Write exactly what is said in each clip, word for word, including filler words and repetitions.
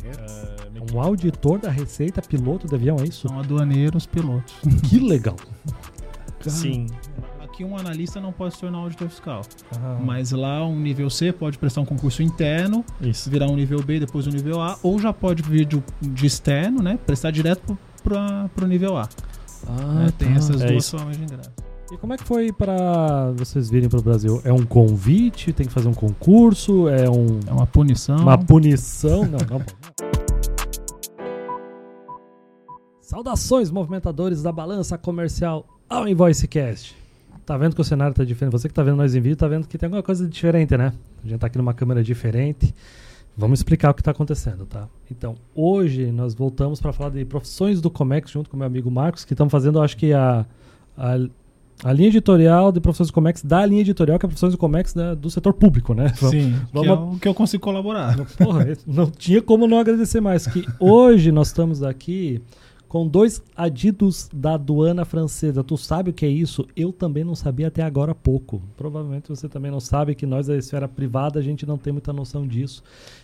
É um auditor da Receita, piloto de avião, é isso? São aduaneiros pilotos. Que legal. Sim. Aqui um analista não pode se tornar auditor fiscal. Ah. Mas lá um nível C pode prestar um concurso interno, Isso. virar um nível B, depois um nível A, ou já pode vir de, de externo, né? Prestar direto para o nível A. Ah, É, tem tá. essas É duas isso. formas de ingresso. E como é que foi para vocês virem para o Brasil? É um convite? Tem que fazer um concurso? É um, É uma punição. uma punição? Não, não. Saudações, movimentadores da balança comercial ao InvoiceCast. Tá vendo que o cenário tá diferente? Você que tá vendo nós em vídeo, tá vendo que tem alguma coisa diferente, né? A gente tá aqui numa câmera diferente. Vamos explicar o que tá acontecendo, tá? Então, hoje nós voltamos para falar de profissões do Comex junto com o meu amigo Marcos, que estamos fazendo, acho que a, a, a linha editorial de profissões do Comex, da linha editorial que é profissões do Comex da, do setor público, né? Sim, vamos que é o que eu consigo colaborar. Não, porra, não tinha como não agradecer mais. Que hoje nós estamos aqui com dois adidos da aduana francesa. Tu sabe o que é isso? Eu também não sabia até agora há pouco. Provavelmente você também não sabe, que nós da esfera privada a gente não tem muita noção disso.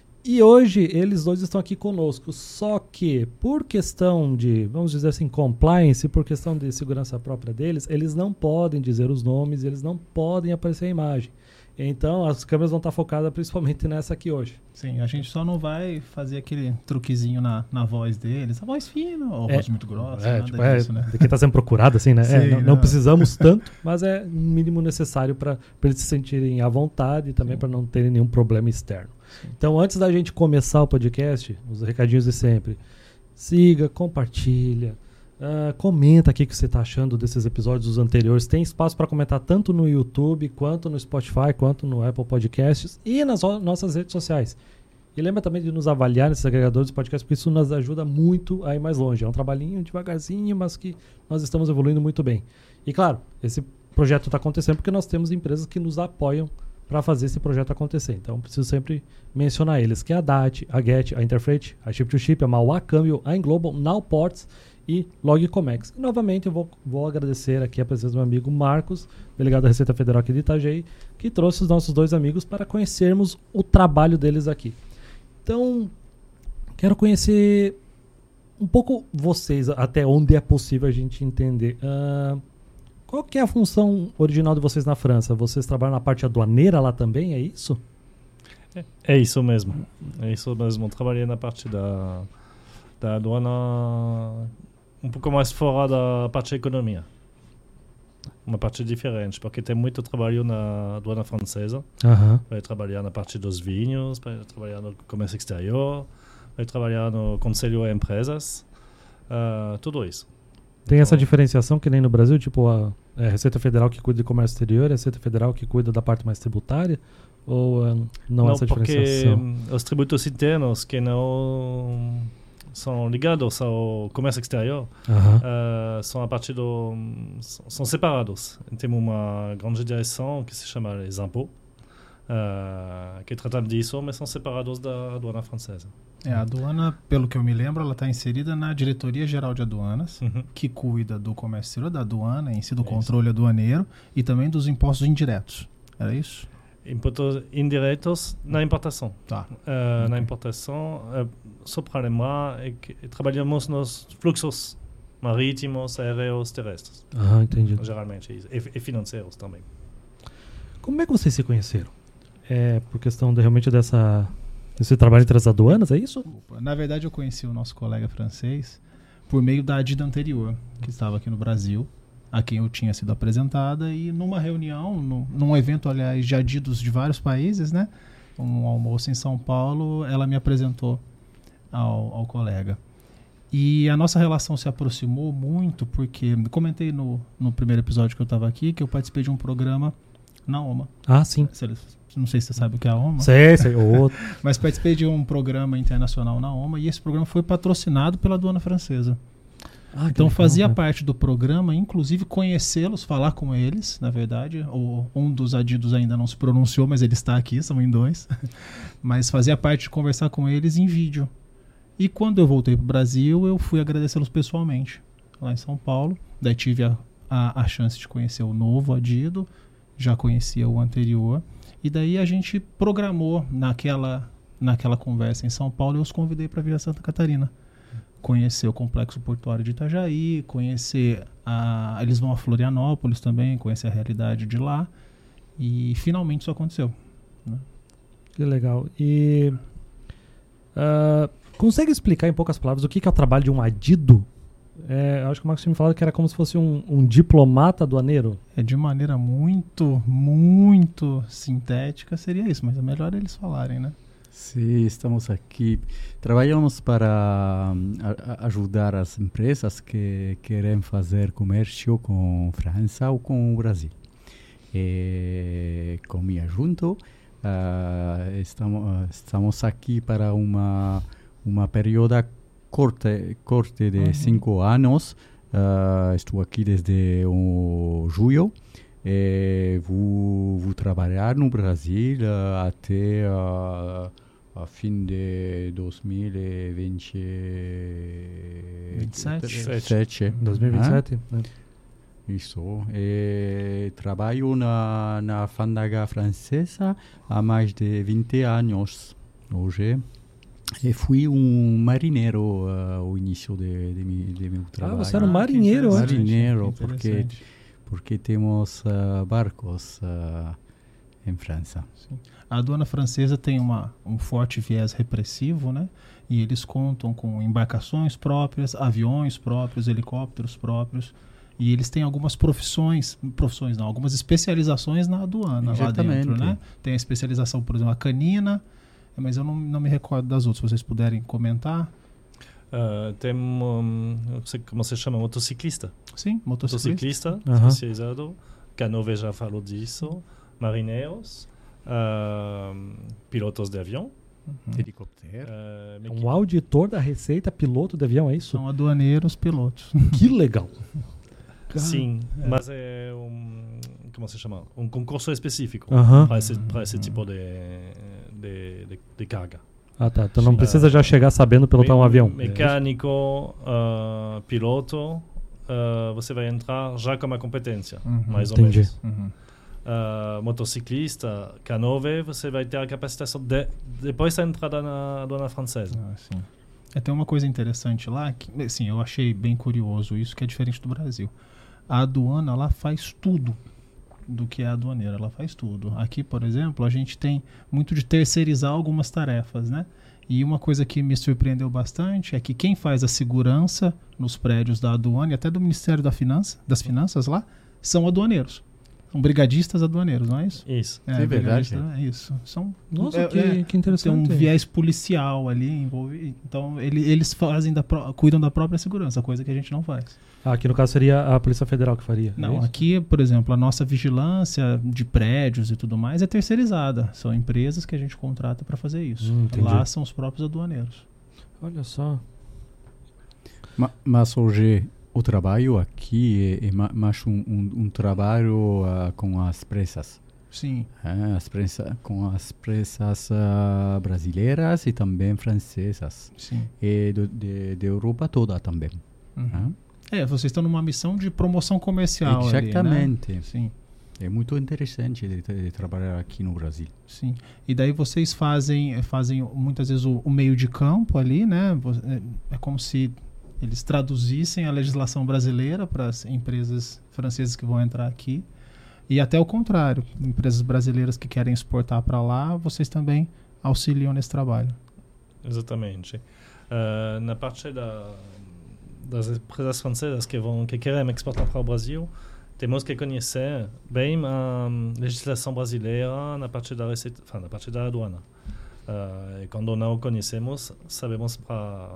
E hoje eles dois estão aqui conosco. Só que por questão de, vamos dizer assim, compliance, por questão de segurança própria deles, eles não podem dizer os nomes, eles não podem aparecer a imagem. Então as câmeras vão estar focadas principalmente nessa aqui hoje. Sim, a gente só não vai fazer aquele truquezinho na, na voz deles. A voz fina, ou a É, voz muito grossa, É, nada tipo, é disso, né? de quem está sendo procurado, assim, né? Sim, É, não, não não. precisamos tanto, mas é o mínimo necessário para eles se sentirem à vontade e também para não terem nenhum problema externo. Sim. Então, antes da gente começar o podcast, os recadinhos de sempre. Siga, compartilha, uh, comenta aqui o que você está achando desses episódios dos anteriores. Tem espaço para comentar tanto no YouTube, quanto no Spotify, quanto no Apple Podcasts e nas o- nossas redes sociais. E lembra também de nos avaliar nesses agregadores de podcast, porque isso nos ajuda muito a ir mais longe. É um trabalhinho devagarzinho, mas que nós estamos evoluindo muito bem. E claro, esse projeto está acontecendo porque nós temos empresas que nos apoiam para fazer esse projeto acontecer. Então, preciso sempre mencionar eles, que é a D A T, a Get, a Interfreight, a Ship to Ship, a Mauá Câmbio, a Englobal, Nowports e Logcomex. E, novamente, eu vou, vou agradecer aqui a presença do meu amigo Marcos, delegado da Receita Federal aqui de Itajaí, que trouxe os nossos dois amigos para conhecermos o trabalho deles aqui. Então, quero conhecer um pouco vocês, até onde é possível a gente entender. Uh, qual que é a função original de vocês na França? Vocês trabalham na parte aduaneira lá também, é isso? É, é isso mesmo. É isso mesmo. Trabalhei na parte da, da aduana um pouco mais fora da parte de economia. Uma parte diferente, porque tem muito trabalho na aduana francesa. Aham. Vai trabalhar na parte dos vinhos, vai trabalhar no comércio exterior, vai trabalhar no conselho de empresas, uh, tudo isso. Tem essa diferenciação que nem no Brasil, tipo a, é a Receita Federal que cuida de comércio exterior, a Receita Federal que cuida da parte mais tributária? Ou uh, não, Não, essa porque diferenciação? hum, os tributos internos que não são ligados ao comércio exterior Aham. uh, são a partir do são separados. Temos uma grande direção que se chama les impôts, uh, que tratam disso, mas são separados da aduana francesa. É, a aduana, pelo que eu me lembro, ela está inserida na Diretoria Geral de Aduanas, Uhum. que cuida do comércio exterior, da aduana, em si do É controle aduaneiro e também dos impostos indiretos. Era isso? Impostos indiretos na importação. Tá. Uh, Na Ok. importação, uh, só para lembrar, é que trabalhamos nos fluxos marítimos, aéreos, terrestres. Aham, entendi. Geralmente, isso. E, e financeiros também. Como é que vocês se conheceram? É por questão de, realmente dessa, desse trabalho entre as aduanas, é isso? Na verdade, eu conheci o nosso colega francês por meio da Adida anterior, que estava aqui no Brasil, a quem eu tinha sido apresentada, e numa reunião, no, num evento, aliás, de adidos de vários países, né? Um almoço em São Paulo, ela me apresentou ao, ao colega. E a nossa relação se aproximou muito porque, comentei no, no primeiro episódio que eu estava aqui, que eu participei de um programa na OMA. Ah, sim. Não sei se você sabe o que é a OMA. Sei, sei. O outro. Mas participei de um programa internacional na OMA e esse programa foi patrocinado pela aduana francesa. Ah, que Então legal, fazia né? parte do programa, inclusive conhecê-los, falar com eles, na verdade. O, um dos adidos ainda não se pronunciou, mas ele está aqui, são em dois. Mas fazia parte de conversar com eles em vídeo. E quando eu voltei para o Brasil, eu fui agradecê-los pessoalmente, lá em São Paulo. Daí tive a, a, a chance de conhecer o novo adido, já conhecia o anterior. E daí a gente programou naquela, naquela conversa em São Paulo, eu os convidei para vir a Santa Catarina. Conhecer o Complexo Portuário de Itajaí, conhecer a... Eles vão a Florianópolis também, conhecer a realidade de lá. E finalmente isso aconteceu. Né? Que legal. E uh, consegue explicar em poucas palavras o que, que é o trabalho de um adido? É, acho que o Marcos tinha me falado que era como se fosse um, um diplomata aduaneiro. É, de maneira muito, muito sintética seria isso, mas é melhor eles falarem, né? Sim, estamos aqui. Trabalhamos para um, a, ajudar as empresas que querem fazer comércio com França ou com o Brasil. E, comigo junto, uh, estamos, estamos aqui para uma, uma período corte, corte de uhum. cinco anos. Uh, estou aqui desde o julho. E vou, vou trabalhar no Brasil uh, até uh, a fim de dois mil e vinte e sete. dois mil e vinte e sete? Ah? É. Isso. E trabalho na, na alfândega francesa há mais de vinte anos hoje. E fui um marinheiro uh, ao início de, de, de, de meu trabalho. Ah, você era um marinheiro, ah, né? Marinheiro, porque, porque temos uh, barcos uh, em França. Sim. A aduana francesa tem uma, um forte viés repressivo, né? E eles contam com embarcações próprias, aviões próprios, helicópteros próprios. E eles têm algumas profissões, profissões não, algumas especializações na aduana. Exatamente. Lá dentro, né? Tem a especialização, por exemplo, a canina, mas eu não, não me recordo das outras. Se vocês puderem comentar. Uh, tem um, não sei como se chama, motociclista. Sim, motociclista. Motociclista, uh-huh. especializado. Canové já falou disso. Marinheiros, uh, pilotos de avião. Uhum. Helicóptero. Uh, um auditor da Receita, piloto de avião, é isso? São aduaneiros, pilotos. Que legal. Sim, é. Mas é um, como se chama? Um concurso específico uh-huh. para esse, para esse tipo de, de, de, de carga. Ah, tá. Então não precisa uh, já chegar sabendo pilotar me, um avião. Mecânico, uh, piloto, uh, você vai entrar já com uma competência, uhum. mais ou Entendi. menos. Uhum. Uh, motociclista, canove, você vai ter a capacitação de, depois da entrada na aduana francesa. Ah, sim. É, tem uma coisa interessante lá, que assim, eu achei bem curioso isso, que é diferente do Brasil. A aduana lá faz tudo do que é a aduaneira, ela faz tudo. Aqui, por exemplo, a gente tem muito de terceirizar algumas tarefas, né? E uma coisa que me surpreendeu bastante é que quem faz a segurança nos prédios da aduana e até do Ministério da Finança, das Finanças lá, são aduaneiros. São brigadistas aduaneiros, não é isso? Isso. É, é verdade. É isso. São, Nossa, é, que, é, que interessante. Tem um viés policial ali envolvido. Então, ele, eles fazem da pro, cuidam da própria segurança, coisa que a gente não faz. Ah, aqui no caso seria a Polícia Federal que faria? Não, é aqui, por exemplo, a nossa vigilância de prédios e tudo mais é terceirizada. São empresas que a gente contrata para fazer isso. Hum, lá são os próprios aduaneiros. Olha só. Ma, mas hoje o trabalho aqui é, é mais um, um, um trabalho uh, com as presas. Sim. É, as presa, com as presas uh, brasileiras e também francesas. Sim. E do, de, de Europa toda também. Uhum. É? é, vocês estão numa missão de promoção comercial. Exatamente. Ali, né? Sim. É muito interessante de, de trabalhar aqui no Brasil. Sim. E daí vocês fazem, fazem muitas vezes o, o meio de campo ali, né? É, é como se eles traduzissem a legislação brasileira para as empresas francesas que vão entrar aqui. E até o contrário, empresas brasileiras que querem exportar para lá, vocês também auxiliam nesse trabalho. Exatamente. Uh, na parte da, das empresas francesas que, vão, que querem exportar para o Brasil, temos que conhecer bem a legislação brasileira na parte da, receita, na parte da aduana. Uh, e quando não conhecemos, sabemos para...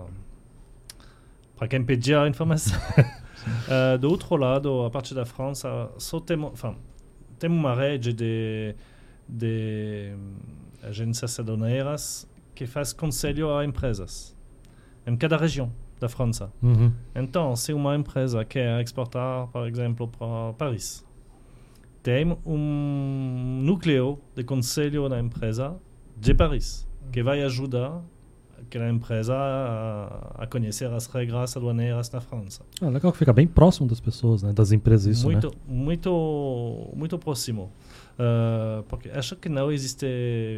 para quem pedir a informação. uh, do outro lado, a parte da França, só temos, enfin, temos uma rede de, de agências aduaneiras que faz conselho a empresas em cada região da França. Uhum. Então, se uma empresa quer exportar, por exemplo, para Paris, tem um núcleo de conselho na empresa de Paris que vai ajudar aquela empresa a, a conhecer as regras aduaneiras na França. Ah, legal que fica bem próximo das pessoas, né? Das empresas, isso, muito, né? Muito, muito próximo. Uh, porque acho que não existe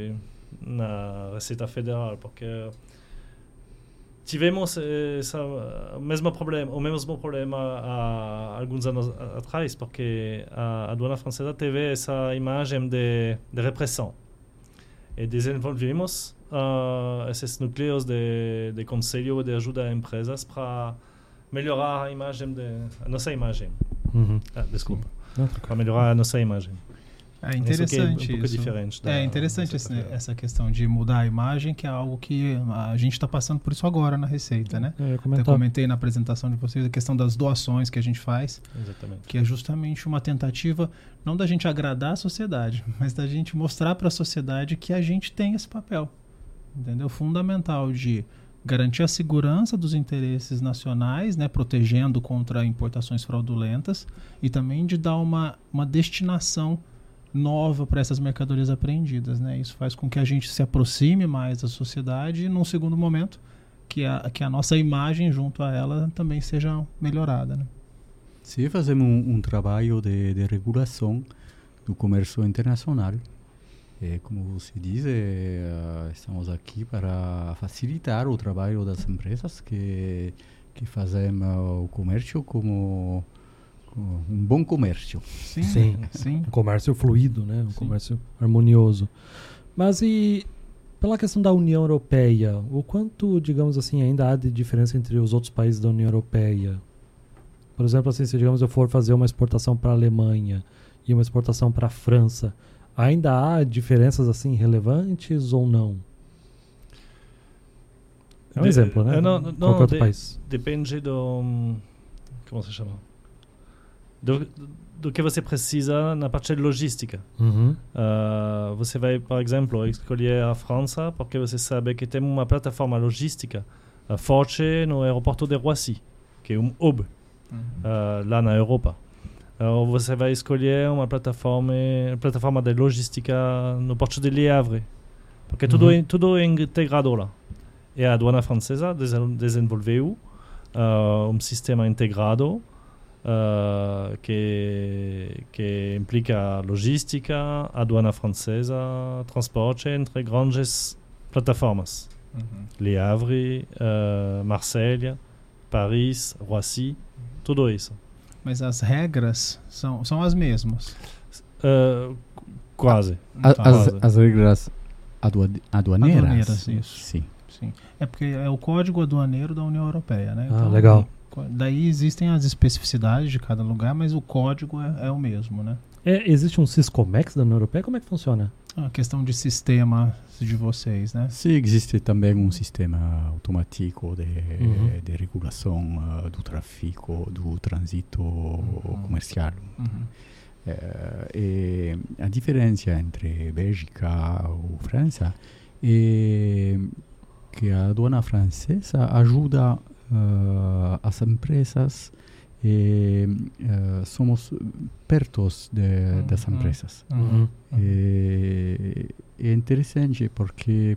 na Receita Federal, porque tivemos esse mesmo problema, o mesmo problema há alguns anos atrás, porque a aduana francesa teve essa imagem de, de repressão. E desenvolvemos uh, esses núcleos de, de conselho e de ajuda a empresas para melhorar a imagem, de, a nossa imagem. Uhum. Ah, desculpa. Para melhorar a nossa imagem. É interessante isso. É um pouco isso. diferente da, é interessante esse, essa questão de mudar a imagem, que é algo que a gente está passando por isso agora na Receita, né? É, eu Até comentei na apresentação de vocês a questão das doações que a gente faz. Exatamente. Que é justamente uma tentativa, não da gente agradar a sociedade, mas da gente mostrar para a sociedade que a gente tem esse papel, entendeu? Fundamental de garantir a segurança dos interesses nacionais, né, protegendo contra importações fraudulentas, e também de dar uma, uma destinação nova para essas mercadorias apreendidas, né? Isso faz com que a gente se aproxime mais da sociedade e, num segundo momento, que a, que a nossa imagem junto a ela também seja melhorada, né? Se fazemos um, um trabalho de, de regulação do comércio internacional, é, como você diz, é, estamos aqui para facilitar o trabalho das empresas que, que fazem uh, o comércio como um bom comércio. Sim, sim, sim. Um comércio fluido, né? Um Sim. comércio harmonioso. Mas e pela questão da União Europeia, o quanto, digamos assim, ainda há de diferença entre os outros países da União Europeia? Por exemplo, assim, se digamos eu for fazer uma exportação para a Alemanha e uma exportação para a França, ainda há diferenças assim relevantes ou não? É um De, exemplo, né? Uh, não, Qualquer não, outro de, país. Depende do... Como se chama? Do, do que você precisa na parte de logística. Uhum. Uh, você vai, por exemplo, escolher a França porque você sabe que tem uma plataforma logística uh, forte no aeroporto de Roissy, que é um hub Uhum. uh, lá na Europa. Uh, você vai escolher uma plataforma, plataforma de logística no porto de Le Havre, porque Uhum. tudo, é, tudo é integrado lá. E a aduana francesa desenvolveu uh, um sistema integrado Uh, que, que implica logística, aduana francesa, transporte entre grandes plataformas. Uhum. Le Havre, uh, Marselha, Paris, Roissy, tudo isso. Mas as regras são, são as mesmas. Uh, quase. A- Então, as, quase. as regras adua- aduaneiras. Aduaneiras, isso. Sim. sim. É porque é o Código Aduaneiro da União Europeia, né? Ah, legal. Daí existem as especificidades de cada lugar, mas o código é, é o mesmo, né? É, existe um Siscomex da União Europeia? Como é que funciona? A questão de sistema de vocês, né? Sim, existe também um sistema automático de, Uhum. de regulação uh, do tráfego, do trânsito comercial. Uhum. Eh, e a diferença entre Bélgica ou França é que a aduana francesa ajuda uh, as empresas e uh, somos pertos de, das Uhum. empresas. Uhum. E é interessante porque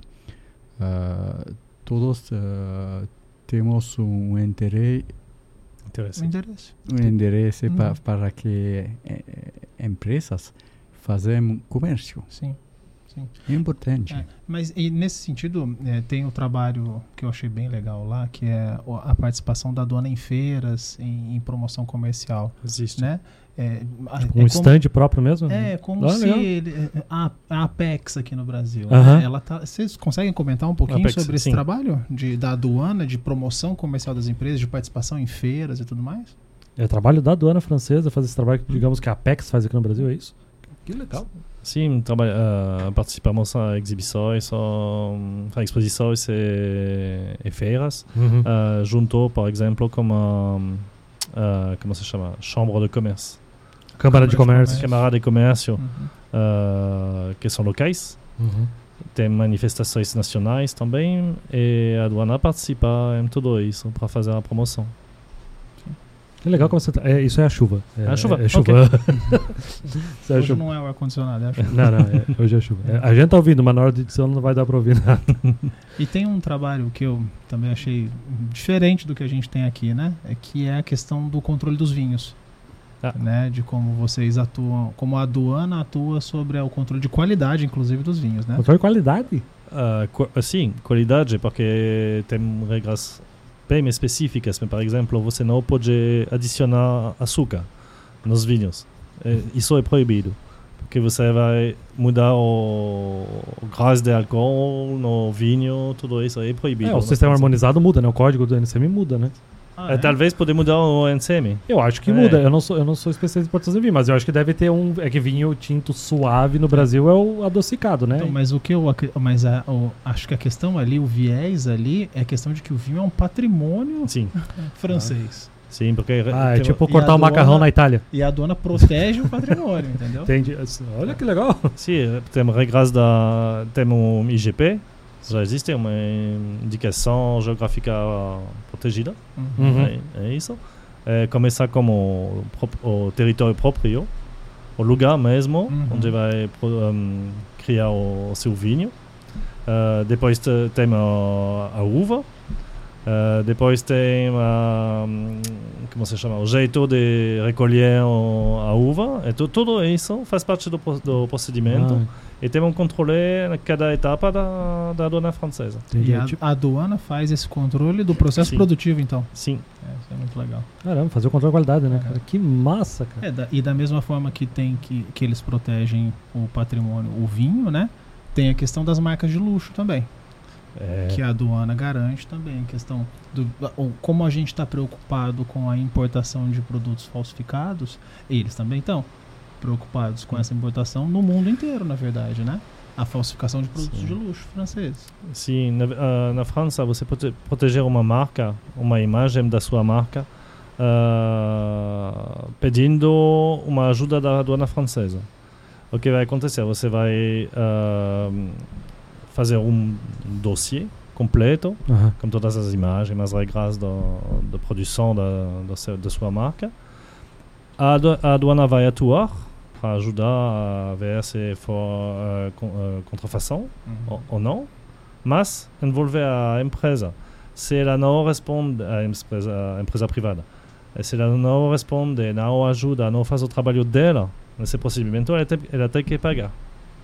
uh, todos uh, temos um interesse, O Interessante. endereço. um interesse Uhum. pa, para que eh, empresas façam comércio. Sim, sim. É importante. É, mas e nesse sentido, é, tem o trabalho que eu achei bem legal lá, que é o- a participação da aduana em feiras, em, em promoção comercial, Existe. né? É, a- Tipo, é um como- stand próprio mesmo? É, como Ah, se legal. ele, a, a Apex aqui no Brasil, Aham. né? Ela tá, vocês conseguem comentar um pouquinho Apex, sobre esse sim. trabalho de, da aduana, de promoção comercial das empresas, de participação em feiras e tudo mais? É trabalho da aduana francesa fazer esse trabalho que, digamos, que a Apex faz aqui no Brasil, é isso? Que legal. Sim, trabalha, uh, participamos a exibições, um, a exposições e, e feiras, Uhum. uh, junto, por exemplo, com a, uh, como se chama? Chambre de comércio. Câmara de Comércio. Câmara de Comércio, Uhum. uh, que são locais. Uhum. Tem manifestações nacionais também, e a aduana participa em tudo isso para fazer a promoção. Que legal como você tá. É, isso é a chuva. É, A chuva, É, é chuva. Isso é a Hoje chuva. não é o ar-condicionado, é a chuva. Não, não, é, hoje é chuva. É, a gente tá ouvindo, mas na hora de edição não vai dar pra ouvir nada. E tem um trabalho que eu também achei diferente do que a gente tem aqui, né? É que é a questão do controle dos vinhos. Ah. né, de como vocês atuam, como a aduana atua sobre o controle de qualidade, inclusive, dos vinhos, né? Controle de qualidade? Uh, qu- sim, qualidade, porque tem regras bem específicas. Mas, por exemplo, você não pode adicionar açúcar nos vinhos. É, isso é proibido. Porque você vai mudar o, o grau de álcool no vinho, tudo isso é proibido. É, o sistema harmonizado muda, né? O código do N C M muda, né? Ah, É, talvez pode mudar o N C M. Eu acho que É. muda. Eu não sou, eu não sou especialista em português de vinho, mas eu acho que deve ter um. É que vinho tinto suave no Brasil é o adocicado, né? Então, mas o que eu acre- mas a, o- acho que a questão ali, o viés ali, é a questão de que o vinho é um patrimônio Sim, francês. sim, porque Ah, é tem- tipo e cortar a o macarrão aduana- na Itália. E a aduana protege o patrimônio, entendeu? Entendi. Olha que legal. sim, tem regras da tem um I G P, já existe uma indicação geográfica protegida. Uhum. Uhum. É, é isso. É, começar como o, prop- o território próprio, o lugar mesmo, Uhum. onde vai pro- um, criar o, o seu vinho. Uh, depois te- tem a, a uva. Uh, depois tem a, como se chama, o jeito de recolher o, a uva. E tu, tudo isso faz parte do, pro- do procedimento. Ah, E tem um controle em cada etapa da, da aduana francesa. entendi. E a, Tipo, a aduana faz esse controle do processo Sim. produtivo, então. Sim. É, isso é muito legal. caramba, fazer o controle de qualidade, né, cara? Que massa, cara. É, da- e da mesma forma que tem que, que eles protegem o patrimônio, o vinho, né? Tem a questão das marcas de luxo também, É, que a aduana garante também. A questão do o- como a gente está preocupado com a importação de produtos falsificados, eles também estão preocupados com essa importação no mundo inteiro, na verdade, né? A falsificação de produtos Sim. de luxo franceses. Sim, na, ah, na França você pode proteger uma marca, uma imagem da sua marca, ah, pedindo uma ajuda da aduana francesa. O que vai acontecer? Você vai ah, fazer um dossiê completo, Aham. com todas as imagens, as regras de produção da, da, seu- da sua marca. A adu- a aduana vai atuar para ajudar a ver se for ah, con- ah, contrafação ou, ou não, mas envolve a empresa. Se ela não responde, a empresa, a empresa privada, e se ela não responde, não ajuda, não faz o trabalho dela nesse procedimento, ela tem, ela tem que pagar.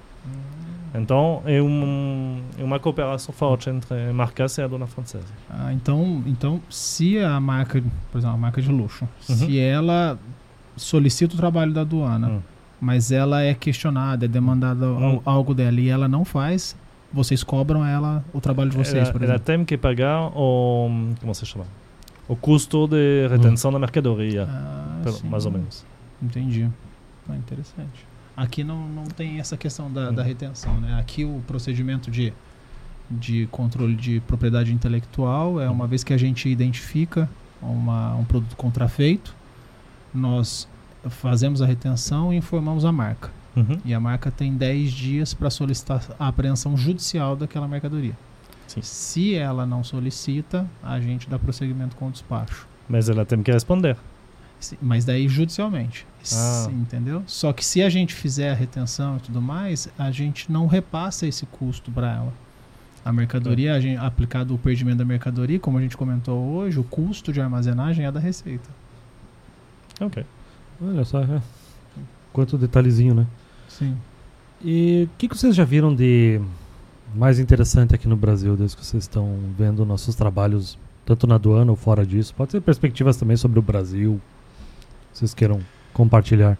Então, é, um, é uma cooperação forte entre marcas e a aduana francesa. Ah, então, então, se a marca, por exemplo, a marca de luxo, Uhum. se ela solicita o trabalho da aduana, Hum. mas ela é questionada, é demandada Hum. al- algo dela e ela não faz, vocês cobram ela o trabalho de vocês, ela, por ela exemplo. tem que pagar o, como se chama? O custo de retenção da mercadoria, Ah, pelo- sim. mais ou menos. Entendi. Ah, interessante. Aqui não, não tem essa questão da, Hum. da retenção, né? Aqui o procedimento de, de controle de propriedade intelectual é uma vez que a gente identifica uma, um produto contrafeito, nós fazemos a retenção e informamos a marca. Uhum. E a marca tem dez dias para solicitar a apreensão judicial daquela mercadoria. Sim. Se ela não solicita, a gente dá prosseguimento com o despacho. Mas ela tem que responder. Sim, mas daí judicialmente. Ah. Sim, entendeu? Só que se a gente fizer a retenção e tudo mais, a gente não repassa esse custo para ela. A mercadoria, a gente, aplicado o perdimento da mercadoria, como a gente comentou hoje, o custo de armazenagem é da Receita. Ok. Olha só, é. Quanto detalhezinho, né? Sim. E o que, que vocês já viram de mais interessante aqui no Brasil, desde que vocês estão vendo nossos trabalhos, tanto na aduana ou fora disso? Pode ser perspectivas também sobre o Brasil, que vocês queiram compartilhar.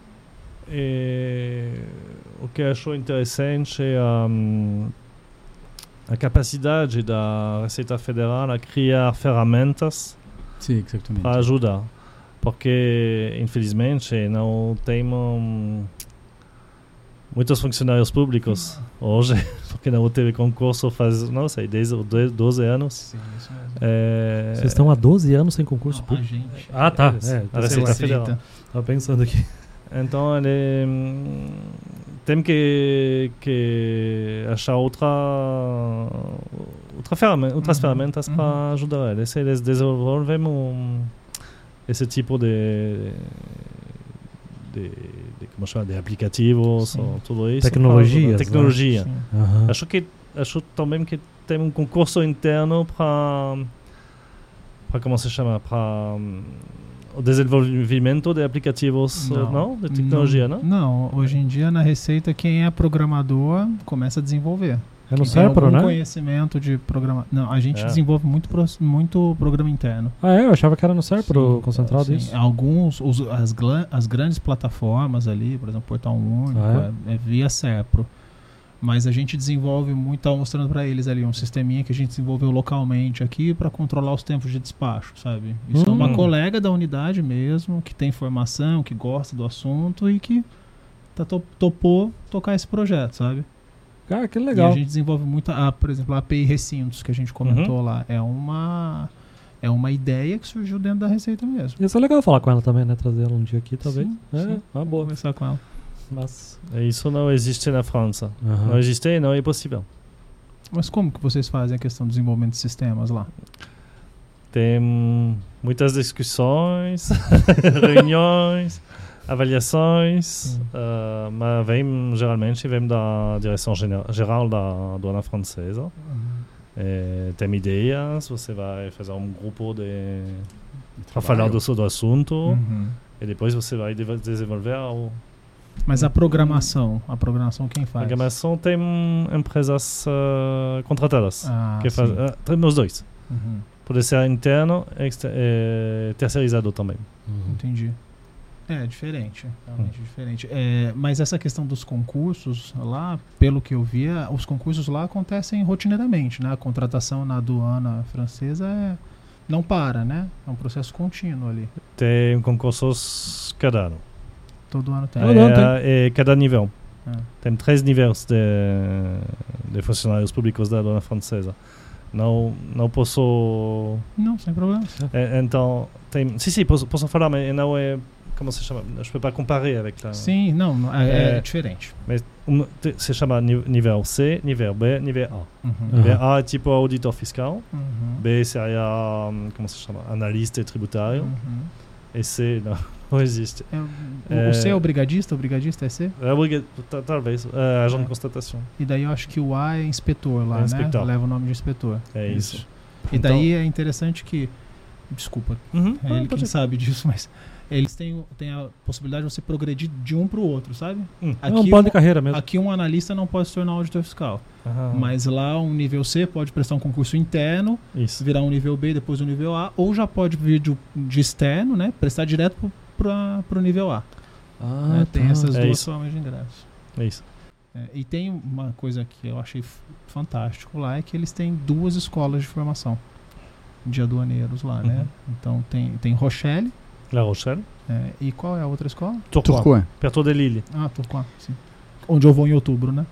E o que achou interessante é um, a capacidade da Receita Federal a criar ferramentas Sì, esattamente. para ajudar. Porque, infelizmente, não temos muitos funcionários públicos hoje, porque não teve concurso faz, não sei, dez ou doze anos. Sim, isso mesmo. É, Vocês estão há doze anos sem concurso Não, a público? gente. Ah, tá. É, É, a tá Receita sei lá. Federal. Tava pensando aqui. Então, ele hum, tem que, que achar outra, outra ferramenta, outras Uhum, ferramentas uhum. para ajudar eles. Se eles desenvolvem um, esse tipo de, de, de, como chama, de aplicativos, Sim. ou tudo isso. Tecnologias, pra- Tecnologia. Sim. Aham. Acho que acho também que tem um concurso interno para para como se chama, para o desenvolvimento de aplicativos, não, não? De tecnologia, não? Não, hoje em dia na Receita quem é programador começa a desenvolver. É no Quem tem Serpro, algum né? conhecimento de programa. Não, a gente É. desenvolve muito, pro- muito programa interno. Ah, é? Eu achava que era no Serpro Sim, concentrado sim. isso. Alguns, os- as, glan- as grandes plataformas ali, por exemplo, Portal Único, Ah, é? É via Serpro. Mas a gente desenvolve muito, estava mostrando para eles ali um sisteminha que a gente desenvolveu localmente aqui para controlar os tempos de despacho, sabe? Isso é uma Hum. colega da unidade mesmo, que tem formação, que gosta do assunto e que tá to- topou tocar esse projeto, sabe? Cara, que E legal. a gente desenvolve muito, a, por exemplo, a A P I Recintos, que a gente comentou lá. É uma, é uma ideia que surgiu dentro da Receita mesmo. Ia ser legal falar com ela também, né? Trazer ela um dia aqui, talvez. Sim, é, sim. uma boa. Conversar com ela. Mas... Isso não existe na França. Aham. Não existe e não é possível. Mas como que vocês fazem a questão do desenvolvimento de sistemas lá? Tem muitas discussões, reuniões, avaliações, uh, mas vem, geralmente vem da direção gener- geral da aduana francesa. É, tem ideias, você vai fazer um grupo de para falar do seu assunto Uhum. e depois você vai deva- desenvolver o Mas a programação, a programação quem a faz? programação. Tem empresas uh, contratadas Ah, que fazem, sim. uh, tem os dois. Uhum. Pode ser interno e exter- e terceirizado também. Uhum. Entendi. É, diferente, realmente diferente. É, mas essa questão dos concursos lá, pelo que eu via, os concursos lá acontecem rotineiramente, né? A contratação na aduana francesa é, não para, né? É um processo contínuo ali. Tem concursos cada ano. Todo ano tem. Ah, não, tem. É, e cada nível. É. Tem três níveis de, de funcionários públicos da aduana francesa. Não, não posso... Não, sem problema. é, então, tem... Sim, sim, posso, posso falar, mas não é... Como se chama? Je ne peux pas comparer avec la... Sim, não, não, é, é É. diferente. Mas um, te- se chama ni- nível C, nível B, nível A. Uhum. Ah. Nível A é tipo auditor fiscal. Uhum. B seria, hum, como se chama? Analista tributário. Uhum. E C, não, não existe. É, o, É. o C é o brigadista, o brigadista é C? É obriga- ta- Talvez, é, agente É. de constatação. E daí eu acho que o A é inspetor lá, É inspetor. né? Leva o nome de inspetor. É isso. E daí é interessante que... Desculpa, Uhum. é Ah, ele pode quem ser. sabe disso, mas eles têm, o- têm a possibilidade de você progredir de um para o outro, sabe? Hum. É um plano de um, carreira mesmo. aqui um analista não pode se tornar auditor fiscal, Ah, mas lá um nível C pode prestar um concurso interno, isso. virar um nível B, depois um nível A, ou já pode vir de, de externo, né? Prestar direto para o nível A. Ah, né? Tem tá. essas É duas isso. formas de ingresso. É isso. É, e tem uma coisa que eu achei f- fantástico lá, é que eles têm duas escolas de formação de aduaneiros lá, né? Uhum. Então tem, tem Rochelle, La Rochelle. é, e qual é a outra escola? Tourcoing. Tourcoing. Perto de Lille. Ah, Tourcoing, sim. Onde eu vou em outubro, né?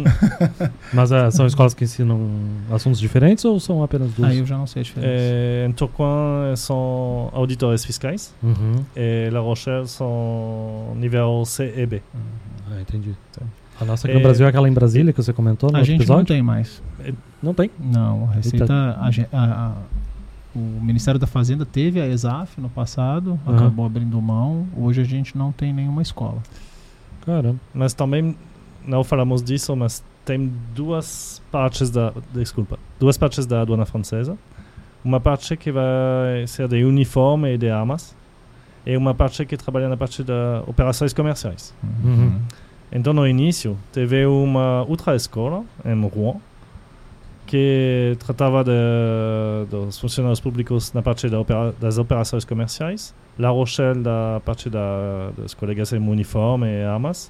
Mas ah, são escolas que ensinam assuntos diferentes ou são apenas duas? Aí eu já não sei a diferença. É, em Tourcoing são auditores fiscais. Uhum. E La Rochelle são nível C e B. Ah, entendi. A nossa aqui É. no Brasil é aquela em Brasília que você comentou no A outro gente episódio? não tem mais. Não tem. Não, a Receita. Eita. A, gen- a- a- o Ministério da Fazenda teve a ESAF no passado, Uhum. acabou abrindo mão. Hoje a gente não tem nenhuma escola. Caramba. Mas também não falamos disso, mas tem duas partes da... Desculpa. Duas partes da aduana francesa. Uma parte que vai ser de uniforme e de armas. E uma parte que trabalha na parte das operações comerciais. Uhum. Então, no início, teve uma outra escola em Rouen que tratava de, dos funcionários públicos na parte da opera, das operações comerciais, La Rochelle da parte da, dos colegas em uniforme e armas,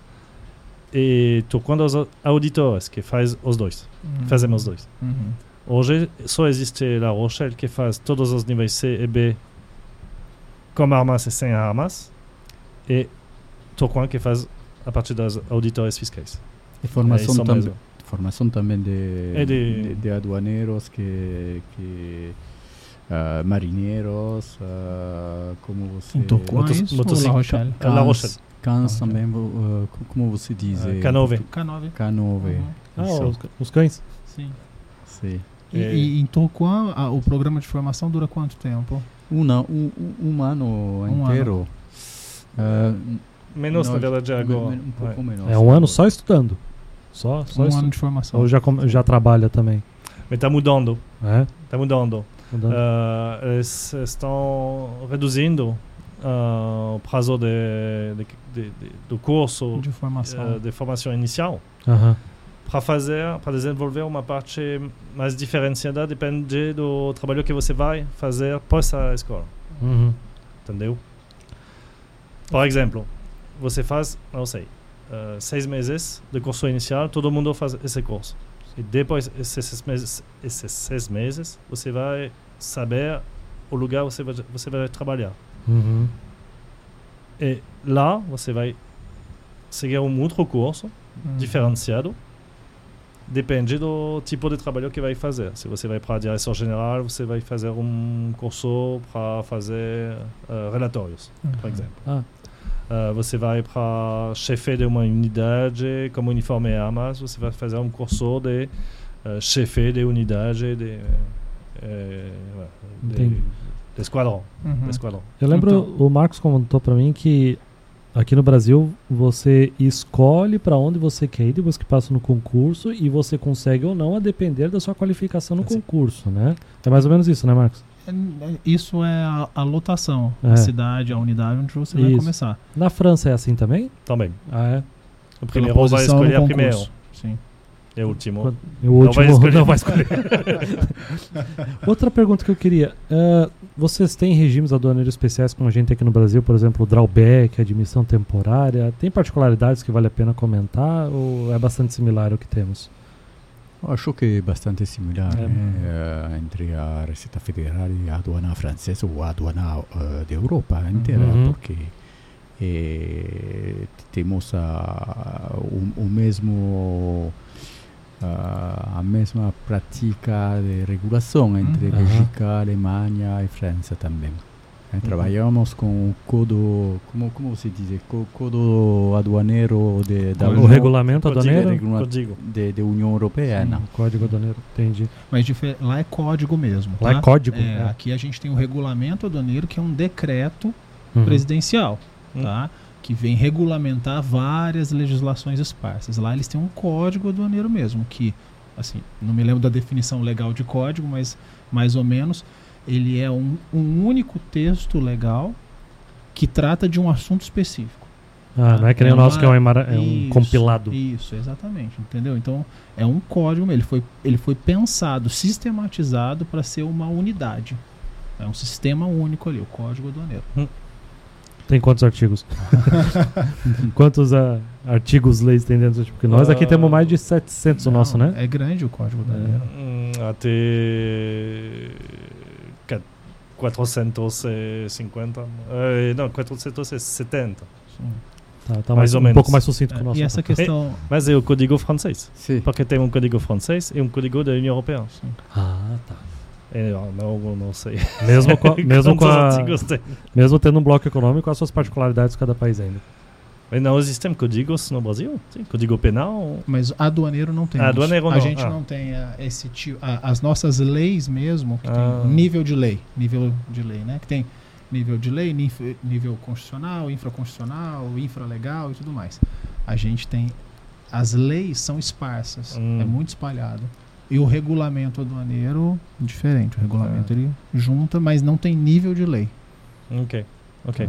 e Tourcoing dos auditores, que faz os dois. Uhum. Fazemos os dois. Uhum. Hoje, só existe La Rochelle que faz todos os níveis C e B com armas e sem armas, e Tourcoing que faz a parte das auditores fiscais. E É formação, isso tam mesmo. formação também de, É de- de, de aduaneiros, que, que ah, marinheiros, ah, como você... Em Tourcoing, Motos- isso, ou motocicl- La Rochelle? La Cans, Rochelle. Cans Ah, também, vo- ah, como você diz? Ah, eh, Canove. K nove. K nove. Uhum. Ah, Isso. os, os cães. Sim. Sim. E, É. e em Tourcoing, a- o programa de formação dura quanto tempo? Um, an- um, um, um ano Um inteiro. Ah, Menos, na nós- verdade, me- agora. me- um pouco menos. É um ano só estudando. Só, só um estu- ano de formação. Ou já, com- já trabalha também. Mas está mudando. É? Está mudando. Mudando. Ah, eles estão reduzindo uh, o prazo de, de, de, de, do curso De formação. uh, de formação inicial Aham. para fazer, para desenvolver uma parte mais diferenciada, depende do trabalho que você vai fazer após a escola. Uhum. Entendeu? Por exemplo, você faz, não sei, uh, seis meses de curso inicial, todo mundo faz esse curso. E depois esses seis meses, esses seis meses, você vai saber o lugar que você vai, você vai trabalhar. Uhum. E lá você vai seguir um outro curso Uhum. diferenciado. Depende do tipo de trabalho que vai fazer. Se você vai para a direção geral, você vai fazer um curso para fazer uh, relatórios, por Uhum. exemplo. Ah. Uh, você vai para chefe de uma unidade como uniforme e armas, você vai fazer um curso de uh, chefe de unidade de, eh, de, Entendi. de esquadrão. Uhum. De esquadrão. Eu lembro, Então- o Marcos comentou pra mim que aqui no Brasil você escolhe pra onde você quer ir depois que passa no concurso e você consegue ou não a depender da sua qualificação no Assim. concurso, né? É mais ou menos isso, né, Marcos? É- é- Isso é a, a lotação, É. a cidade, a unidade onde você vai Isso. começar. Na França é assim também? Também. Ah, é? O Pela primeiro vai posição escolher no a primeiro. concurso. Sim. E o último. Quando- O último vai escolher. não vai escolher. Outra pergunta que eu queria. ah, vocês têm regimes aduaneiros especiais como a gente tem aqui no Brasil, por exemplo, o drawback, admissão temporária? Tem particularidades que vale a pena comentar ou é bastante similar ao que temos? Eu acho que é bastante similar É. né? Eh, entre a Receita Federal e a aduana francesa ou a aduana eh, da Europa inteira, Uhum. porque eh, temos a, o, o mesmo a, a mesma prática de regulação entre Uhum. Bélgica, Alemanha e França também. Eh, Trabalhamos com o codo, como, como você diz, co, codo aduaneiro de, da o União- regulamento Código, aduaneiro? regula- Código. de, de União Europeia. Sim, código aduaneiro, entendi. Mas difer- lá é código mesmo. Lá tá? é código? É, É. Aqui a gente tem o regulamento aduaneiro, que é um decreto Uhum. presidencial, Hum. tá? Que vem regulamentar várias legislações esparsas. Lá eles têm um código aduaneiro mesmo, que, assim, não me lembro da definição legal de código, mas mais ou menos ele é um, um único texto legal que trata de um assunto específico. Ah, não é que nem É o nosso uma- que é um, emara- é um Isso, compilado. Isso, exatamente, entendeu? Então, é um código, ele foi, ele foi pensado, sistematizado para ser uma unidade. É um sistema único ali, o código aduaneiro. Tem quantos artigos? Quantos ah, artigos leis tem dentro? Porque nós aqui Ah, temos mais de setecentos o Não, nosso, né? É grande o código aduaneiro. Hum, até quat- quatrocentos e cinquenta. Eh, não, quatrocentos e setenta. Sim. Tá, tá mais mais ou um menos. pouco mais sucinto que o É, nosso. e essa questão. Mas é o código francês. Sim. Porque tem um código francês e um código da União Europeia. Sim. Ah, tá. É, não, não, não sei. Mesmo com, mesmo, com Quantos a, artigos tem? mesmo tendo um bloco econômico, as suas particularidades de cada país ainda. Mas não existem códigos no Brasil? Sim, código penal. Mas aduaneiro não tem. Ah, aduaneiro a não. gente Ah. não tem ah, esse tipo. ah, as nossas leis mesmo, que Ah. tem nível de lei. Nível de lei, né? Que tem nível de lei, nif- nível constitucional, infraconstitucional, infralegal e tudo mais. A gente tem. As leis são esparsas. Hum. É muito espalhado. E o regulamento aduaneiro, diferente. O regulamento Ah. ele junta, mas não tem nível de lei. Ok, ok. Tá?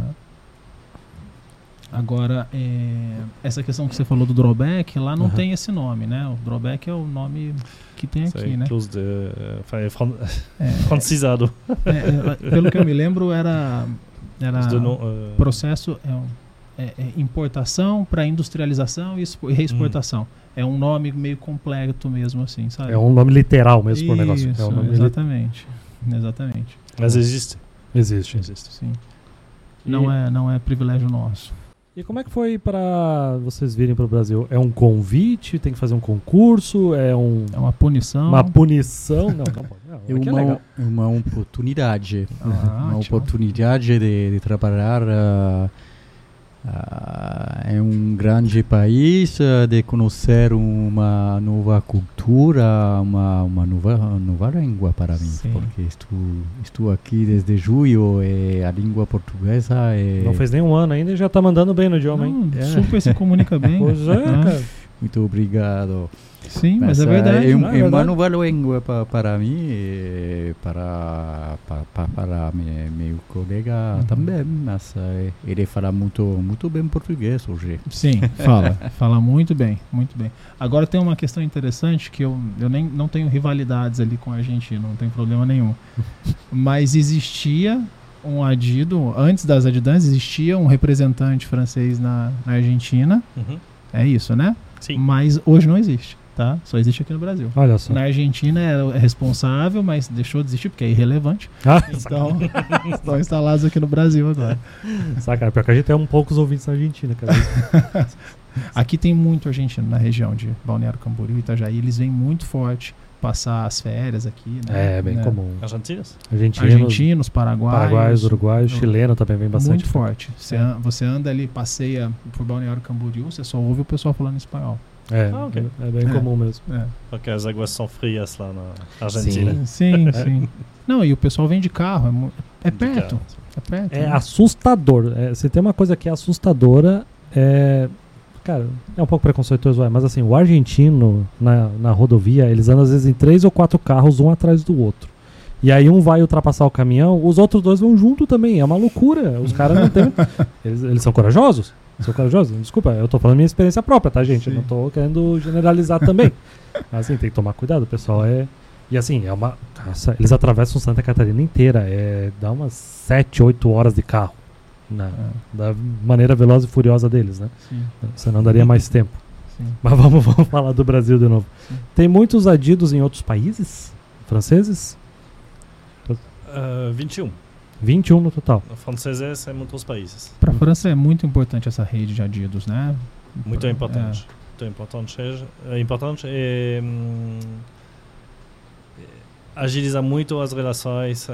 Agora, é, essa questão que você falou do drawback, lá não Aham. tem esse nome, né? O drawback é o nome que tem aqui, C'est né? clause de, euh, enfin, é fran É, francisado. é, é, pelo que eu me lembro, era, era De no- euh, processo é, um- é- é importação para industrialização e expo- e reexportação. É um nome meio completo mesmo, assim, sabe? É um nome literal mesmo por negócio. É Isso, um nome li- exatamente. Exatamente. Mas existe. Existe. Existe. Sim. Não é, não é privilégio nosso. E como é que foi para vocês virem para o Brasil? É um convite? Tem que fazer um concurso? É um, É uma punição. uma punição? Não, não pode. Não, É aqui é uma, legal. é uma oportunidade. Ah, uma ótimo. oportunidade de, de trabalhar ah, ah, em um grande país, ah, de conhecer uma nova cultura, uma, uma nova, nova língua para mim. Sim. Porque estou, estou aqui desde julho e a língua portuguesa é... Não fez nem um ano ainda e já tá mandando bem no idioma, hein? Não, super se comunica bem. Pois é, Ah. cara. muito obrigado. Sim, mas, mas é uh, verdade. É, um, não, é é uma nova língua pa, para mim e para, pa, pa, para me, meu colega uhum. também, mas uh, ele fala muito, muito bem português hoje. Sim, fala. Fala muito bem, muito bem. Agora tem uma questão interessante que eu, eu nem, não tenho rivalidades ali com a Argentina, não tem problema nenhum. Mas existia um adido, antes das Adidans, existia um representante francês na, na Argentina. Uhum. É isso, né? Sim. Mas hoje não existe. Tá? Só existe aqui no Brasil. Olha só. Na Argentina é responsável, mas deixou de existir porque é irrelevante. Ah, então, estão instalados aqui no Brasil agora. Saca, pior que a gente tem um poucos ouvintes na Argentina, cara. Aqui tem muito argentino na região de Balneário Camboriú e Itajaí. Eles vêm muito forte passar as férias aqui. Né? É, bem né? comum. Argentinos? Argentinos, Argentinos, paraguaios. Paraguaios, uruguaios, chileno também vem bastante. Muito forte. Você, é. você anda ali, passeia por Balneário Camboriú, você só ouve o pessoal falando espanhol. É, ah, okay. é bem é. comum mesmo. É. Porque as águas são frias lá na Argentina. Sim, sim. sim. Não, e o pessoal vem de carro, é, é perto. Carro. É perto. É né? assustador. É, se tem uma coisa que é assustadora, é... Cara, é um pouco preconceituoso, mas assim, o argentino na, na rodovia, eles andam às vezes em três ou quatro carros, um atrás do outro. E aí um vai ultrapassar o caminhão, os outros dois vão junto também. É uma loucura. Os caras não tem... Eles, eles são corajosos. Sou corajoso? Desculpa, eu tô falando minha experiência própria, tá, gente? Sim. Eu não tô querendo generalizar também. Mas assim, tem que tomar cuidado, o pessoal é... E assim, é uma... Nossa, eles atravessam Santa Catarina inteira, é... dá umas sete, oito horas de carro. Na, é. Da maneira veloz e furiosa deles, né? Sim. Você não daria mais tempo. Sim. Mas vamos, vamos falar do Brasil de novo. Sim. Tem muitos adidos em outros países? Franceses? Uh, vinte e um. vinte e um no total. Franceses em muitos países. Para a França é muito importante essa rede de adidos, né? Muito pra, importante. É. Muito importante. É importante e hum, agiliza muito as relações uh,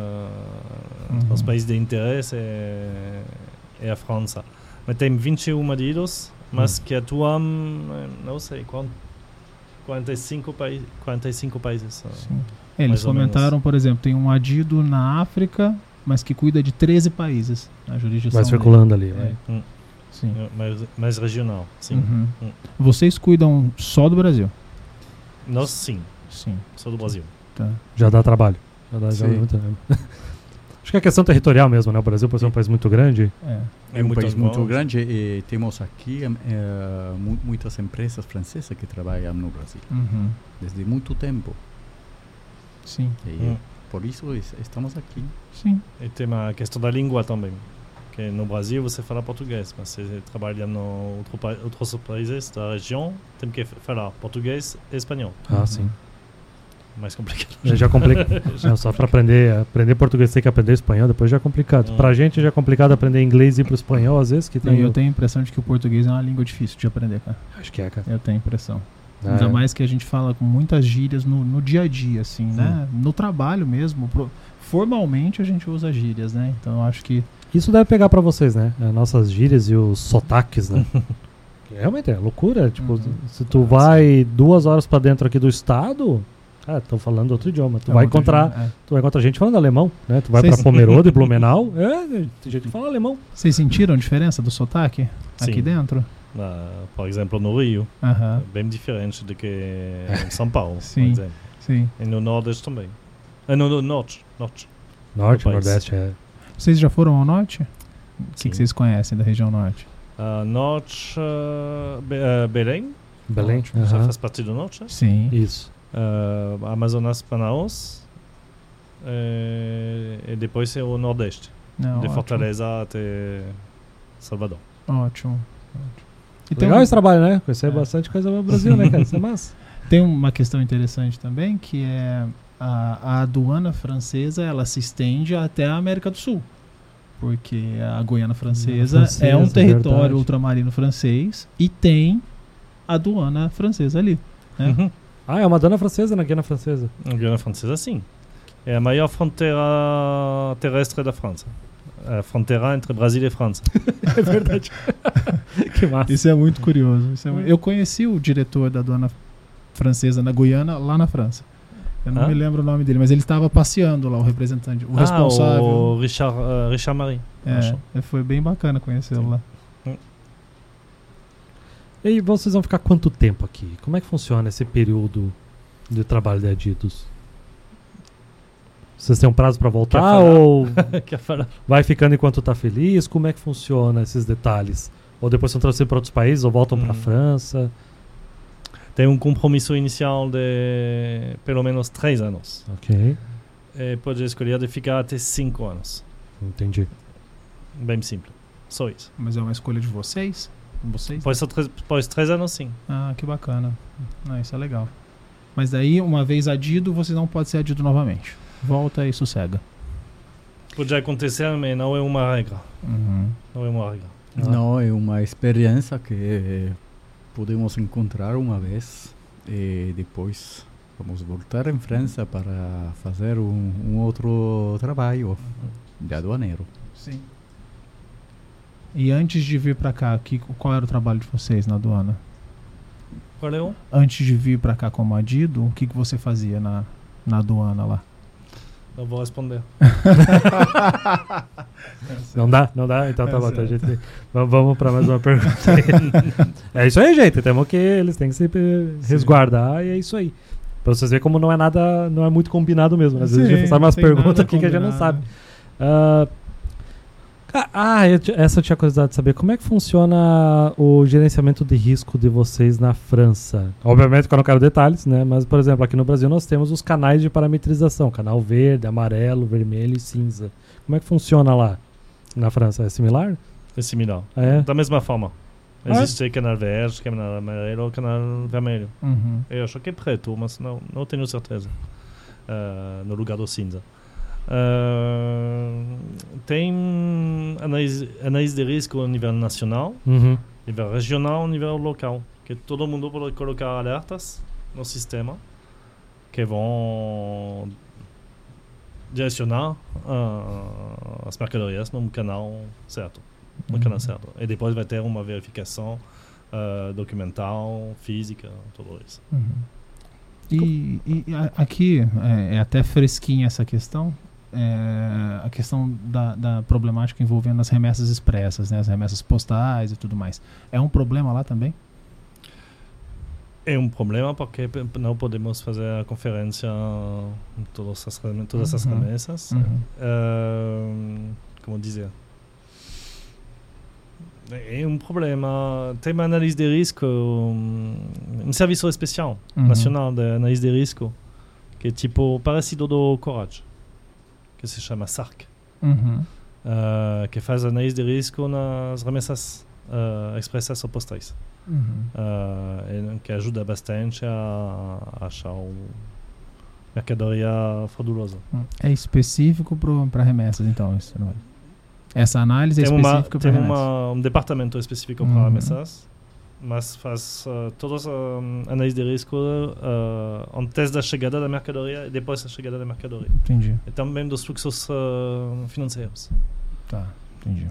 uhum. nos países de interesse e, e a França. Mas tem vinte e um adidos, mas uhum. que atuam, não sei, quarenta e cinco, paí- quarenta e cinco países. Sim. Eles comentaram, por exemplo, tem um adido na África, mas que cuida de treze países na jurisdição. Vai circulando ali. É. Hum. Sim. Mais, mais regional, sim. Uhum. Hum. Vocês cuidam só do Brasil? Nós sim. Sim. Só do Brasil. Tá. Já dá trabalho. Já dá, já dá muito trabalho. Acho que é questão territorial mesmo, né? O Brasil, por ser um país muito grande. É, é um país muito grande e temos aqui é, muitas empresas francesas que trabalham no Brasil. Uhum. Desde muito tempo. Sim. E hum. por isso estamos aqui. Sim. E tem a questão da língua também. Que no Brasil você fala português, mas se você trabalha em outro pa- outros países da região, tem que falar português e espanhol. Ah, uhum. sim. Mais complicado. Já, já complica. Não, só para aprender, aprender português tem que aprender espanhol, depois já é complicado. Hum. Pra gente já é complicado aprender inglês e ir pro espanhol, às vezes. Que tem Não, eu o... tenho a impressão de que o português é uma língua difícil de aprender, cara. Acho que é, cara. Eu tenho a impressão. Ah, Ainda é. mais que a gente fala com muitas gírias no, no dia a dia, assim, hum. né? No trabalho mesmo. Pro, formalmente a gente usa gírias, né? Então eu acho que... Isso deve pegar pra vocês, né? As nossas gírias e os sotaques, né? Realmente é loucura. Tipo, uhum. se tu ah, vai sim. duas horas pra dentro aqui do estado... Ah, estão falando outro idioma. Tu, é vai encontrar, idioma, é. tu vai encontrar gente falando alemão, né? Tu vai Cês... pra Pomerode, Blumenau, é, tem gente que fala alemão. Vocês sentiram a diferença do sotaque Sim. aqui dentro? Uh, por exemplo, no Rio, uh-huh. é bem diferente do que em São Paulo, Sim. por exemplo. Sim. E no Nordeste também. É, no, no Norte. Norte, norte Nordeste, é. Vocês já foram ao Norte? O que, que vocês conhecem da região Norte? Uh, norte, uh, Be- uh, Belém. Belém, norte, uh-huh. Já faz parte do Norte? Né? Sim. Isso. Uh, Amazonas, Manaus e, e depois é o Nordeste, Não, de ótimo. Fortaleza até Salvador. Ótimo. E Legal um... esse trabalho, né? Conhecer é. bastante coisa no Brasil, né, cara? Isso é massa. Tem uma questão interessante também, que é a, a aduana francesa, ela se estende até a América do Sul. Porque a Guiana Francesa, francesa é um território verdade. ultramarino francês e tem a aduana francesa ali, né? Uhum. Ah, é uma aduana francesa na Guiana Francesa? Na Guiana Francesa, sim. É a maior fronteira terrestre da França. A fronteira entre Brasil e França. É verdade. Que massa. Isso é muito curioso. Isso é muito... Eu conheci o diretor da aduana francesa na Guiana, lá na França. Eu não ah? me lembro o nome dele, mas ele estava passeando lá, o representante, o ah, responsável. o Richard, uh, Richard Marie. É, foi bem bacana conhecê-lo lá. E vocês vão ficar quanto tempo aqui? Como é que funciona esse período de trabalho de Adidas? Vocês têm um prazo para voltar Quer falar? ou Quer falar? vai ficando enquanto tá feliz? Como é que funciona esses detalhes? Ou depois são trazidos para outros países ou voltam para a Hum. França? Tem um compromisso inicial de pelo menos três anos. Ok, E pode escolher de ficar até cinco anos. entendi. Bem simples. Só isso. Mas é uma escolha de vocês? Vocês? Após três, após três anos, sim. Ah, que bacana. Ah, isso é legal. Mas daí, uma vez adido, você não pode ser adido novamente. Volta e sossega. Pode acontecer, mas não é uma regra. Uhum. Não é uma regra. Ah. Não, é uma experiência que podemos encontrar uma vez e depois vamos voltar em França para fazer um, um outro trabalho de aduaneiro. Sim. E antes de vir pra cá, que, qual era o trabalho de vocês na aduana? Qual é o? Antes de vir pra cá como adido, o que, que você fazia na, na aduana lá? Não vou responder. Não dá? Não dá? Então tá É bom. Então a certo. gente, v- vamos para mais uma pergunta. É isso aí, gente. Temos que eles têm que se eh, resguardar e é isso aí. Pra vocês verem como não é nada, não é muito combinado mesmo. Às vezes a gente Sim, faz umas não tem perguntas nada aqui que a gente não combinado. sabe. Ah, ca- ah, eu ti- essa eu tinha curiosidade de saber. Como é que funciona o gerenciamento de risco de vocês na França? Obviamente que eu não quero detalhes, né? Mas, por exemplo, aqui no Brasil nós temos os canais de parametrização. Canal verde, amarelo, vermelho e cinza. Como é que funciona lá na França? É similar? É similar. É? Da mesma forma. Ah, é? Existe canal verde, canal amarelo, canal vermelho. Uhum. Eu acho que é preto, mas não, não tenho certeza. Ah, no lugar do cinza. Ah, tem análise, análise de risco a nível nacional, Uhum. nível regional, nível local. Que todo mundo pode colocar alertas no sistema que vão direcionar ah, as mercadorias no canal certo. No canal certo. E depois vai ter uma verificação ah, documental, física, tudo isso. Uhum. E, e a- aqui é, é até fresquinha essa questão, é, a questão da, da problemática envolvendo as remessas expressas, né, as remessas postais e tudo mais. É um problema lá também? É um problema porque p- não podemos fazer a conferência em todas as, rem- todas as Uhum. remessas. Uhum. Ah, como dizer? É um problema. Tem uma análise de risco, um, um serviço especial Uhum. nacional de análise de risco, que é tipo parecido do Corage, que se chama S A R C, Uhum. ah, que faz análise de risco nas remessas ah, expressas ou postais. Uhum. Ah, e que ajuda bastante a, a achar o mercadoria fraudulosa. É específico para remessas, então, isso não é? Essa análise é Tem, uma, específica para tem remessas? uma, um departamento específico Uhum. para remessas, mas faz uh, todas as um, análises de risco uh, antes da chegada da mercadoria e depois da chegada da mercadoria. Entendi. E também dos fluxos uh, financeiros. Tá, entendi.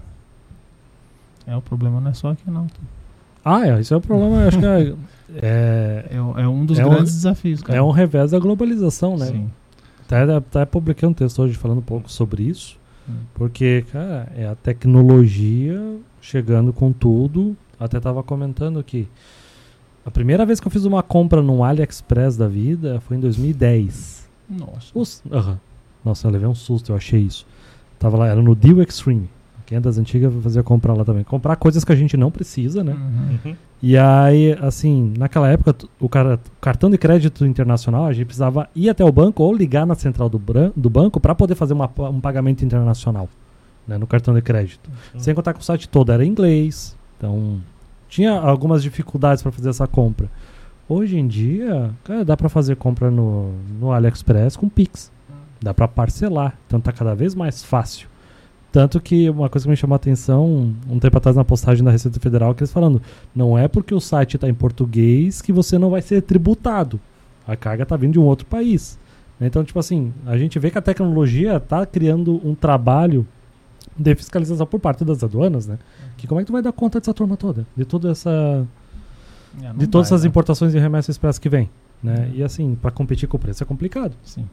É, o problema não é só aqui, não. Ah, é, isso é o problema. Eu acho que é, é, É, é um dos É um- grandes desafios, cara. é um revés da globalização, né? Sim. Até, até publiquei um texto hoje falando um pouco sobre isso. Hum. Porque, cara, é a tecnologia chegando com tudo. Até tava comentando que a primeira vez que eu fiz uma compra num AliExpress da vida foi em dois mil e dez. Nossa. Os- aham. Nossa, eu levei um susto, eu achei isso. Tava lá, era no Deal Extreme. Quem é das antigas vai fazer comprar lá também. Comprar coisas que a gente não precisa, né? Uhum. Uhum. E aí, assim, naquela época, t- o, cara, o cartão de crédito internacional, a gente precisava ir até o banco ou ligar na central do, bran- do banco para poder fazer uma pa- um pagamento internacional, né, no cartão de crédito. Uhum. Sem contar que o site todo era em inglês, então tinha algumas dificuldades para fazer essa compra. Hoje em dia, cara, dá para fazer compra no, no AliExpress com Pix. Dá para parcelar, então tá cada vez mais fácil. Tanto que uma coisa que me chamou a atenção um tempo atrás na postagem da Receita Federal, que eles falando, não é porque o site está em português que você não vai ser tributado. A carga está vindo de um outro país. Então, tipo assim, a gente vê que a tecnologia está criando um trabalho de fiscalização por parte das aduanas, né? Que como é que tu vai dar conta dessa turma toda? De toda essa... É, não de todas vai, essas né? importações de remessa expressa que vem, né? Uhum. E assim, para competir com o preço é complicado. Sim.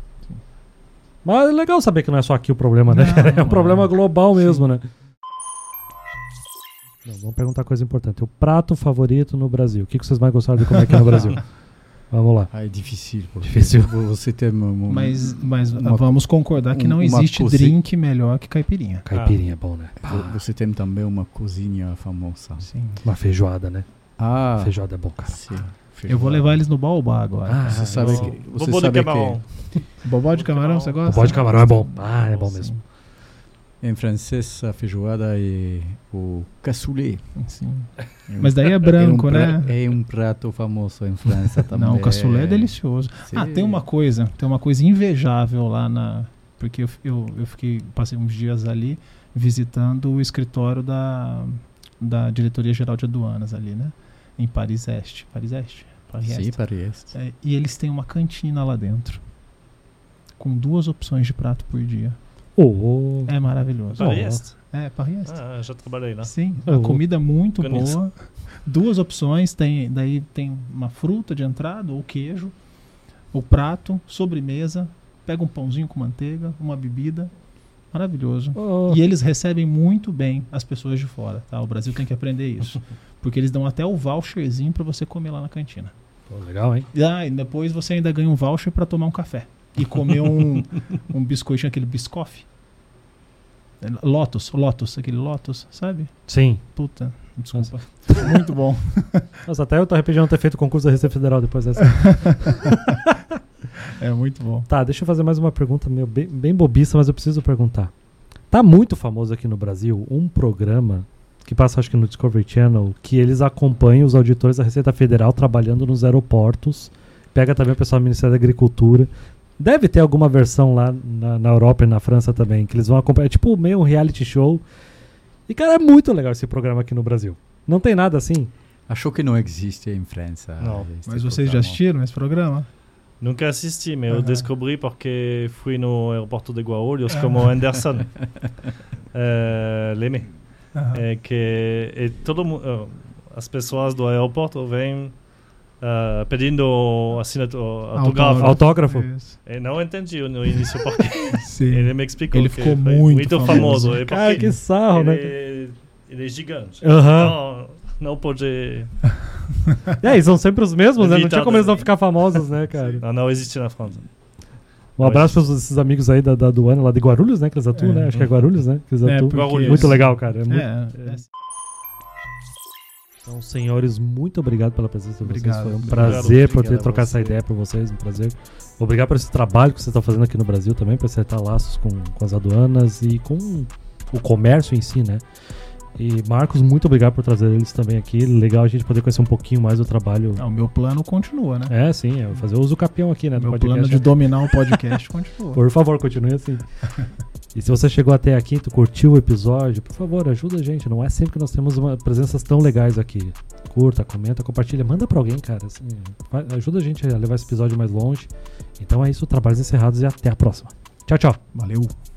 Mas é legal saber que não é só aqui o problema, né? Não, cara? É um não. problema global Sim. mesmo, né? Não, vamos perguntar coisa importante. O prato favorito no Brasil. O que, que vocês mais gostaram de comer aqui no Brasil? Vamos lá. Ah, é difícil. Porque Difícil. Você tem uma, uma, Mas, mas uma- vamos concordar que não uma existe cozi- drink melhor que caipirinha. Caipirinha é bom, né? vo- Você tem também uma cozinha famosa. Sim. Uma feijoada, né? Ah, Feijoada é bom, cara. sim. Eu vou levar eles no Baobá agora. Ah, Você sabe Bom, que você Bobô de sabe camarão. Bobó de camarão, você O gosta? bode de camarão é bom. Ah, é bom Sim, mesmo. que em francês a feijoada é o cassoulet. sim. Mas daí é branco, é um né? pra- É um prato famoso em França também. Não, o cassoulet é delicioso. Sim. Ah, tem uma coisa, tem uma coisa invejável lá na... Porque eu, eu, eu fiquei, passei uns dias ali visitando o escritório da, da Diretoria Geral de Aduanas ali, né? Em Paris Este. Paris Este? Paris Sim, Este. Paris. É, e eles têm uma cantina lá dentro. Com duas opções de prato por dia. Oh, É maravilhoso. Paris? É, Paris Este. Ah, já trabalhei lá. Sim, Oh. a comida é muito Conheço. boa. Duas opções, tem, daí tem uma fruta de entrada, ou queijo, o prato, sobremesa, pega um pãozinho com manteiga, uma bebida. Maravilhoso. oh. E eles recebem muito bem as pessoas de fora, tá? O Brasil tem que aprender isso. Porque eles dão até o voucherzinho pra você comer lá na cantina. Pô, legal, hein? E, ah, e depois você ainda ganha um voucher pra tomar um café. E comer um, um biscoitinho, aquele biscoff. É, Lotus, Lotus, aquele Lotus, sabe? Sim. Puta, desculpa. Muito bom. Nossa, até eu tô arrependido de não ter feito o concurso da Receita Federal depois dessa. É muito bom. Tá, deixa eu fazer mais uma pergunta meu, bem, bem bobiça, mas eu preciso perguntar. Tá muito famoso aqui no Brasil um programa que passa, acho que no Discovery Channel, que eles acompanham os auditores da Receita Federal trabalhando nos aeroportos. Pega também o pessoal do Ministério da Agricultura. Deve ter alguma versão lá na, na Europa e na França também, que eles vão acompanhar. É tipo meio um reality show. E, cara, é muito legal esse programa aqui no Brasil. Não tem nada assim? Acho que não existe em França. Não. este Mas vocês já programa. assistiram esse programa? Nunca assisti, mas eu Aham. descobri porque fui no aeroporto de Guarulhos como Anderson eh, Leme. Aham. É que e todo mu- eh, as pessoas do aeroporto vêm eh, pedindo assinatura, autógrafo. Autógrafo? Isso. Eu não entendi no início porque Sim. ele me explicou Ele que ficou foi muito famoso. famoso. É porque Cara, que sarro, ele, né? é- ele é gigante. Aham. Então, não pode... É, e são sempre os mesmos, né? Não tinha Evitado, como eles não né? ficar famosos, né, cara? Não, não existe na França. Um abraço para esses amigos aí da, da aduana lá de Guarulhos, né? Que eles atuam, É. né? Acho que é Guarulhos, né? Que eles É, atuam. porque- Muito legal, cara. É muito... É, é. Então, senhores, muito obrigado pela presença de vocês. Obrigado. Foi um Obrigado. prazer por ter Obrigado a trocar essa você. ideia por vocês, um prazer. Obrigado por esse trabalho que vocês estão fazendo aqui no Brasil também, para acertar laços com, com as aduanas e com o comércio em si, né? E Marcos, muito obrigado por trazer eles também aqui. Legal a gente poder conhecer um pouquinho mais do trabalho. Ah, o meu plano continua, né? É, sim, é fazer o uso capião aqui, né? O Do meu plano podcast. de dominar o podcast continua. Por favor, continue assim. E se você chegou até aqui, tu curtiu o episódio, por favor, ajuda a gente. Não é sempre que nós temos uma, presenças tão legais aqui. Curta, comenta, compartilha, manda pra alguém, cara. Assim, vai- ajuda a gente a levar esse episódio mais longe. Então é isso, trabalhos encerrados e até a próxima. Tchau, tchau. Valeu.